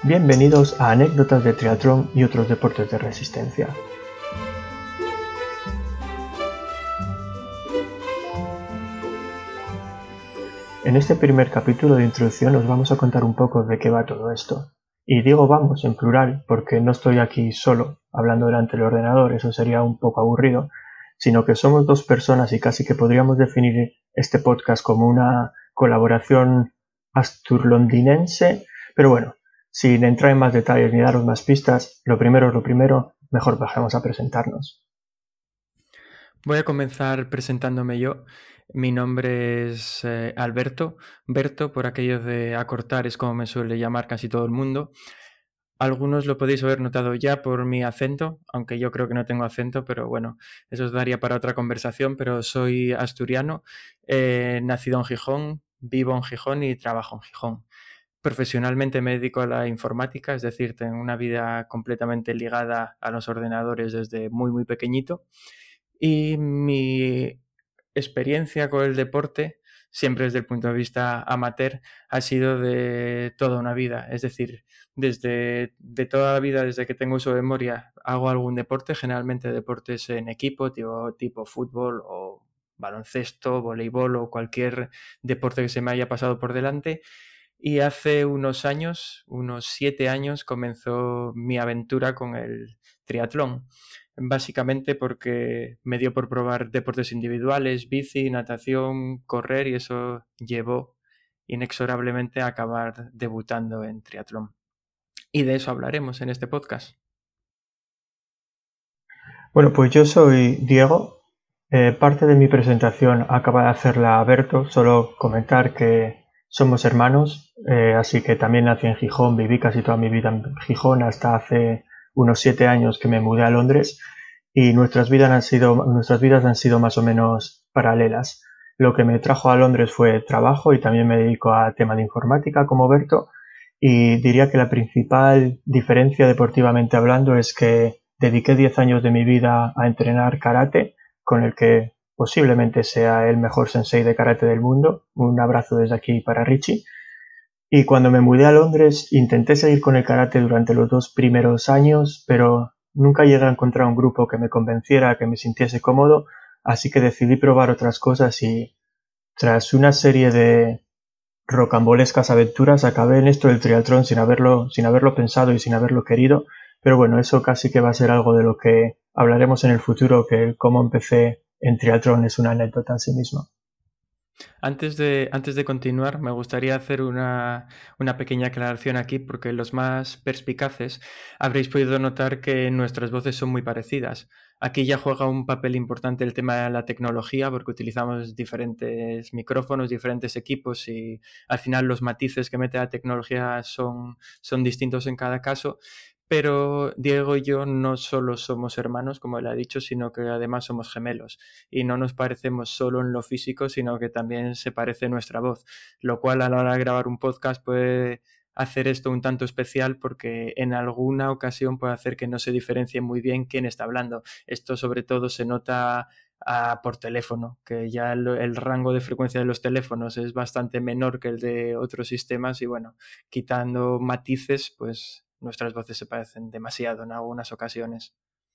Bienvenidos a anécdotas de triatlón y otros deportes de resistencia. En este primer capítulo de introducción os vamos a contar un poco de qué va todo esto. Y digo vamos en plural porque no estoy aquí solo hablando delante del ordenador, eso sería un poco aburrido, sino que somos dos personas y casi que podríamos definir este podcast como una colaboración asturlondinense, pero bueno, sin entrar en más detalles ni daros más pistas, lo primero es lo primero, mejor bajemos a presentarnos. Voy a comenzar presentándome yo. Mi nombre es Alberto. Berto, por aquello de acortar, es como me suele llamar casi todo el mundo. Algunos lo podéis haber notado ya por mi acento, aunque yo creo que no tengo acento, pero bueno, eso os daría para otra conversación, pero soy asturiano, nacido en Gijón, vivo en Gijón y trabajo en Gijón. Profesionalmente me dedico a la informática, es decir, tengo una vida completamente ligada a los ordenadores desde muy pequeñito. Y mi experiencia con el deporte, siempre desde el punto de vista amateur, ha sido de toda una vida. Es decir, de toda la vida, desde que tengo uso de memoria, hago algún deporte, generalmente deportes en equipo, tipo fútbol o baloncesto, voleibol o cualquier deporte que se me haya pasado por delante. Y hace unos años, unos 7 años, comenzó mi aventura con el triatlón. Básicamente porque me dio por probar deportes individuales, bici, natación, correr, y eso llevó inexorablemente a acabar debutando en triatlón. Y de eso hablaremos en este podcast. Bueno, pues yo soy Diego. Parte de mi presentación acaba de hacerla Berto, solo comentar que somos hermanos, así que también nací en Gijón, viví casi toda mi vida en Gijón hasta hace unos 7 años que me mudé a Londres y nuestras vidas han sido más o menos paralelas. Lo que me trajo a Londres fue trabajo y también me dedico a tema de informática como Berto, y diría que la principal diferencia deportivamente hablando es que dediqué 10 años de mi vida a entrenar karate, con el que posiblemente sea el mejor sensei de karate del mundo. Un abrazo desde aquí para Richie. Y cuando me mudé a Londres intenté seguir con el karate durante los 2 primeros años, pero nunca llegué a encontrar un grupo que me convenciera, que me sintiese cómodo, así que decidí probar otras cosas y tras una serie de rocambolescas aventuras acabé en esto del triatlón sin haberlo pensado y sin haberlo querido, pero bueno, eso casi que va a ser algo de lo que hablaremos en el futuro, que cómo empecé en triatlón es una anécdota en sí misma. Antes de continuar, me gustaría hacer una pequeña aclaración aquí, porque los más perspicaces habréis podido notar que nuestras voces son muy parecidas. Aquí ya juega un papel importante el tema de la tecnología, porque utilizamos diferentes micrófonos, diferentes equipos, y al final los matices que mete la tecnología son distintos en cada caso. Pero Diego y yo no solo somos hermanos, como él ha dicho, sino que además somos gemelos. Y no nos parecemos solo en lo físico, sino que también se parece nuestra voz, lo cual a la hora de grabar un podcast puede hacer esto un tanto especial, porque en alguna ocasión puede hacer que no se diferencie muy bien quién está hablando. Esto sobre todo se nota por teléfono, que ya el rango de frecuencia de los teléfonos es bastante menor que el de otros sistemas, y bueno, quitando matices, pues nuestras voces se parecen demasiado en algunas ocasiones.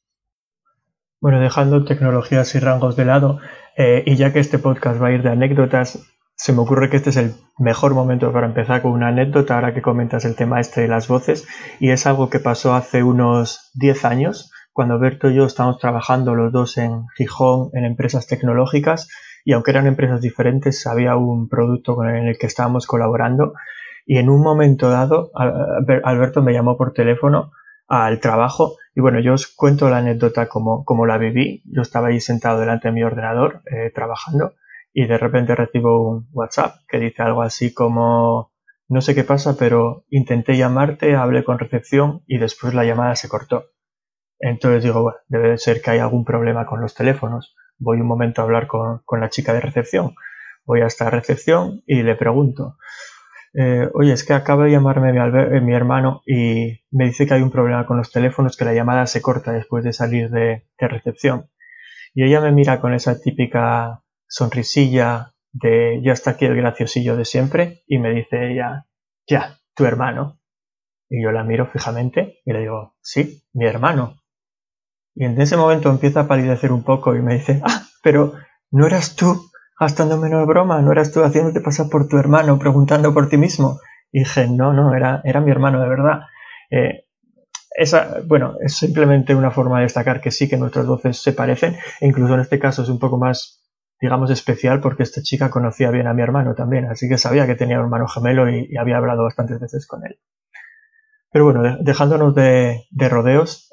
Bueno, dejando tecnologías y rangos de lado, y ya que este podcast va a ir de anécdotas, se me ocurre que este es el mejor momento para empezar con una anécdota, ahora que comentas el tema este de las voces, y es algo que pasó hace unos 10 años, cuando Berto y yo estábamos trabajando los dos en Gijón en empresas tecnológicas, y aunque eran empresas diferentes, había un producto en el que estábamos colaborando, y en un momento dado, Alberto me llamó por teléfono al trabajo. Y bueno, yo os cuento la anécdota como la viví. Yo estaba ahí sentado delante de mi ordenador trabajando y de repente recibo un WhatsApp que dice algo así como: no sé qué pasa, pero intenté llamarte, hablé con recepción y después la llamada se cortó. Entonces digo, bueno, debe de ser que hay algún problema con los teléfonos. Voy un momento a hablar con la chica de recepción. Voy hasta recepción y le pregunto: oye, es que acaba de llamarme mi hermano y me dice que hay un problema con los teléfonos, que la llamada se corta después de salir de recepción. Y ella me mira con esa típica sonrisilla de ya está aquí el graciosillo de siempre y me dice ella: ya, tu hermano. Y yo la miro fijamente y le digo, sí, mi hermano. Y en ese momento empieza a palidecer un poco y me dice, pero ¿no eras tú gastándome una broma? ¿No eras tú haciéndote pasar por tu hermano, preguntando por ti mismo? Y dije, no, era mi hermano de verdad. Eh, bueno, es simplemente una forma de destacar que sí que nuestros voces se parecen, e incluso en este caso es un poco más, digamos, especial porque esta chica conocía bien a mi hermano también, así que sabía que tenía un hermano gemelo y había hablado bastantes veces con él. Pero bueno, dejándonos de rodeos,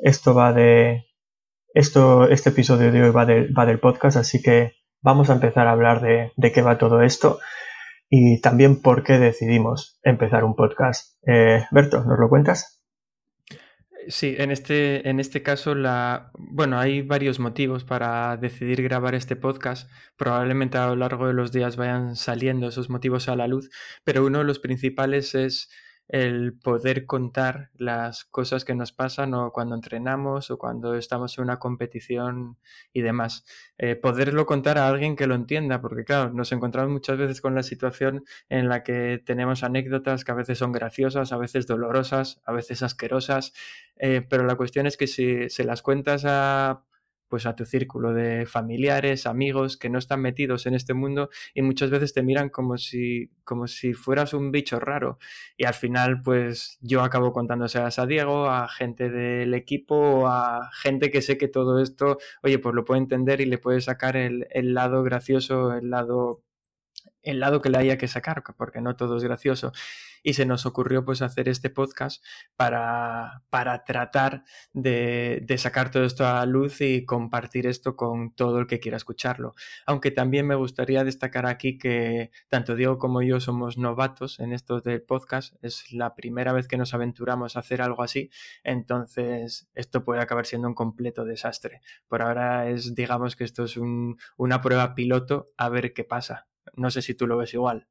este episodio de hoy va del podcast, así que vamos a empezar a hablar de qué va todo esto y también por qué decidimos empezar un podcast. Berto, ¿nos lo cuentas? Sí, en este caso, bueno, hay varios motivos para decidir grabar este podcast. Probablemente a lo largo de los días vayan saliendo esos motivos a la luz, pero uno de los principales es el poder contar las cosas que nos pasan o cuando entrenamos o cuando estamos en una competición y demás. Poderlo contar a alguien que lo entienda, porque claro, nos encontramos muchas veces con la situación en la que tenemos anécdotas que a veces son graciosas, a veces dolorosas, a veces asquerosas, pero la cuestión es que si se las cuentas pues a tu círculo de familiares, amigos que no están metidos en este mundo y muchas veces te miran como si fueras un bicho raro. Y al final, pues yo acabo contándoselas a Diego, a gente del equipo, a gente que sé que todo esto, oye, pues lo puede entender y le puede sacar el lado gracioso, el lado que le haya que sacar, porque no todo es gracioso. Y se nos ocurrió pues hacer este podcast para tratar de sacar todo esto a la luz y compartir esto con todo el que quiera escucharlo. Aunque también me gustaría destacar aquí que tanto Diego como yo somos novatos en esto del podcast. Es la primera vez que nos aventuramos a hacer algo así, entonces esto puede acabar siendo un completo desastre. Por ahora digamos que esto es una prueba piloto a ver qué pasa. No sé si tú lo ves igual.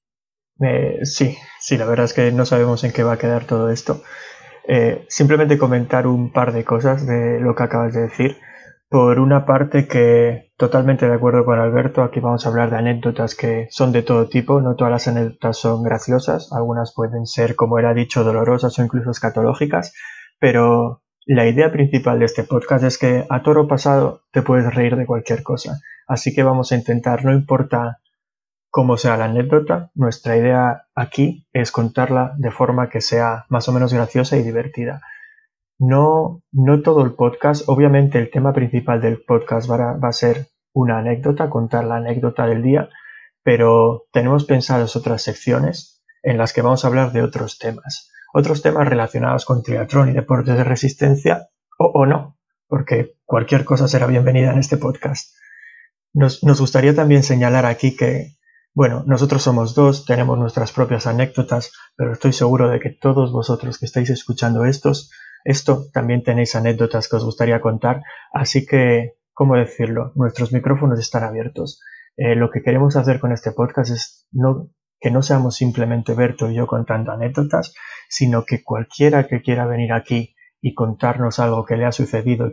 Sí, la verdad es que no sabemos en qué va a quedar todo esto. Simplemente comentar un par de cosas de lo que acabas de decir. Por una parte, que totalmente de acuerdo con Alberto, aquí vamos a hablar de anécdotas que son de todo tipo, no todas las anécdotas son graciosas, algunas pueden ser, como él ha dicho, dolorosas o incluso escatológicas, pero la idea principal de este podcast es que a toro pasado te puedes reír de cualquier cosa, así que vamos a intentar, no importa como sea la anécdota, nuestra idea aquí es contarla de forma que sea más o menos graciosa y divertida. No todo el podcast, obviamente el tema principal del podcast va a ser una anécdota, contar la anécdota del día, pero tenemos pensadas otras secciones en las que vamos a hablar de otros temas relacionados con triatlón y deportes de resistencia, o no, porque cualquier cosa será bienvenida en este podcast. Nos gustaría también señalar aquí que, bueno, nosotros somos dos, tenemos nuestras propias anécdotas, pero estoy seguro de que todos vosotros que estáis escuchando esto también tenéis anécdotas que os gustaría contar, así que, ¿cómo decirlo? Nuestros micrófonos están abiertos. Lo que queremos hacer con este podcast es que no seamos simplemente Berto y yo contando anécdotas, sino que cualquiera que quiera venir aquí y contarnos algo que le ha sucedido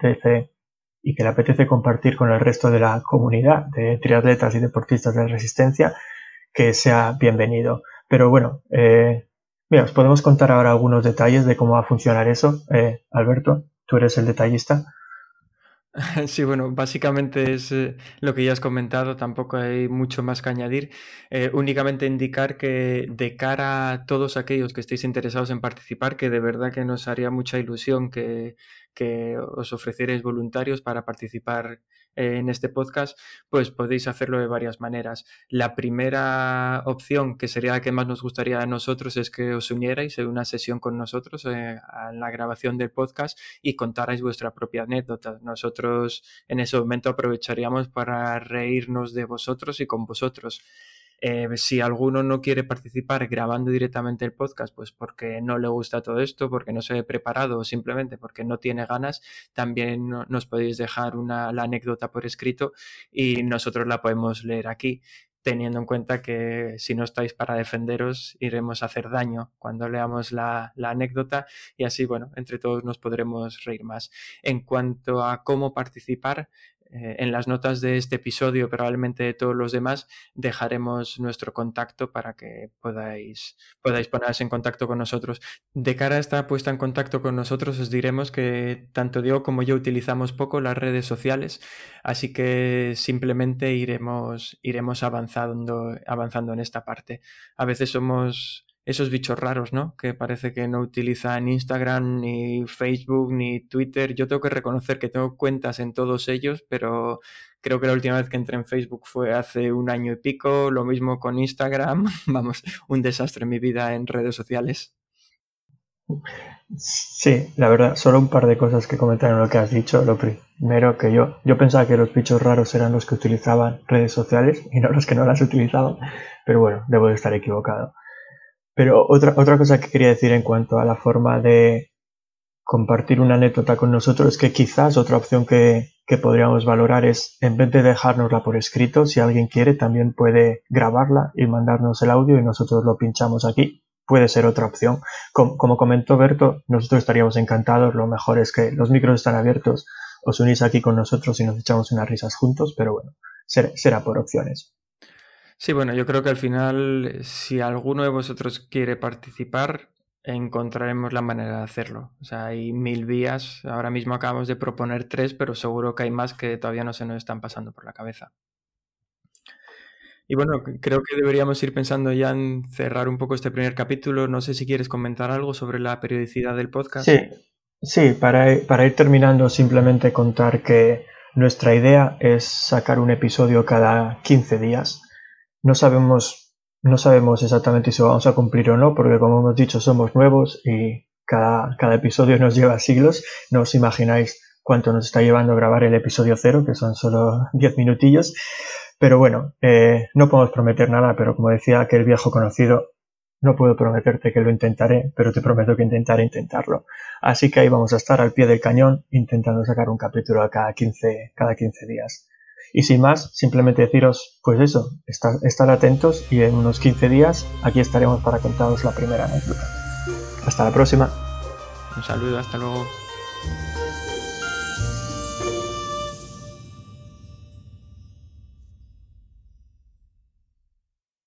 y que le apetece compartir con el resto de la comunidad de triatletas y deportistas de resistencia, que sea bienvenido. Pero bueno, mira, os podemos contar ahora algunos detalles de cómo va a funcionar eso. Alberto, tú eres el detallista. Sí, bueno, básicamente es lo que ya has comentado, tampoco hay mucho más que añadir. Únicamente indicar que de cara a todos aquellos que estéis interesados en participar, que de verdad que nos haría mucha ilusión que os ofrecierais voluntarios para participar en este podcast, pues podéis hacerlo de varias maneras. La primera opción, que sería la que más nos gustaría a nosotros, es que os unierais en una sesión con nosotros a la grabación del podcast y contarais vuestra propia anécdota. Nosotros en ese momento aprovecharíamos para reírnos de vosotros y con vosotros. Si alguno no quiere participar grabando directamente el podcast, pues porque no le gusta todo esto, porque no se ve preparado o simplemente porque no tiene ganas, también nos podéis dejar la anécdota por escrito y nosotros la podemos leer aquí, teniendo en cuenta que si no estáis para defenderos, iremos a hacer daño cuando leamos la anécdota y así, bueno, entre todos nos podremos reír más. En cuanto a cómo participar, en las notas de este episodio, probablemente de todos los demás, dejaremos nuestro contacto para que podáis poneros en contacto con nosotros. De cara a esta puesta en contacto con nosotros, os diremos que tanto Diego como yo utilizamos poco las redes sociales, así que simplemente iremos avanzando en esta parte. A veces somos esos bichos raros, ¿no? Que parece que no utilizan Instagram, ni Facebook, ni Twitter. Yo tengo que reconocer que tengo cuentas en todos ellos, pero creo que la última vez que entré en Facebook fue hace 1 año y pico. Lo mismo con Instagram. Vamos, un desastre en mi vida en redes sociales. Sí, la verdad, solo un par de cosas que comentar en lo que has dicho. Lo primero, que yo pensaba que los bichos raros eran los que utilizaban redes sociales y no los que no las utilizaban, pero bueno, debo de estar equivocado. Pero otra cosa que quería decir en cuanto a la forma de compartir una anécdota con nosotros es que quizás otra opción que podríamos valorar es, en vez de dejárnosla por escrito, si alguien quiere, también puede grabarla y mandarnos el audio y nosotros lo pinchamos aquí. Puede ser otra opción. Como comentó Berto, nosotros estaríamos encantados. Lo mejor es que los micros están abiertos. Os unís aquí con nosotros y nos echamos unas risas juntos, pero bueno, será por opciones. Sí, bueno, yo creo que al final, si alguno de vosotros quiere participar, encontraremos la manera de hacerlo. O sea, hay 1000 vías. Ahora mismo acabamos de proponer 3, pero seguro que hay más que todavía no se nos están pasando por la cabeza. Y bueno, creo que deberíamos ir pensando ya en cerrar un poco este primer capítulo. No sé si quieres comentar algo sobre la periodicidad del podcast. Sí, para ir terminando, simplemente contar que nuestra idea es sacar un episodio cada 15 días. No sabemos exactamente si lo vamos a cumplir o no, porque como hemos dicho, somos nuevos y cada episodio nos lleva siglos. No os imagináis cuánto nos está llevando grabar el episodio 0, que son solo 10 minutillos. Pero bueno, no podemos prometer nada, pero como decía aquel viejo conocido, no puedo prometerte que lo intentaré, pero te prometo que intentaré intentarlo. Así que ahí vamos a estar al pie del cañón intentando sacar un capítulo cada 15 días. Y sin más, simplemente deciros, pues eso, estar atentos y en unos 15 días aquí estaremos para contaros la primera anécdota. Hasta la próxima. Un saludo, hasta luego.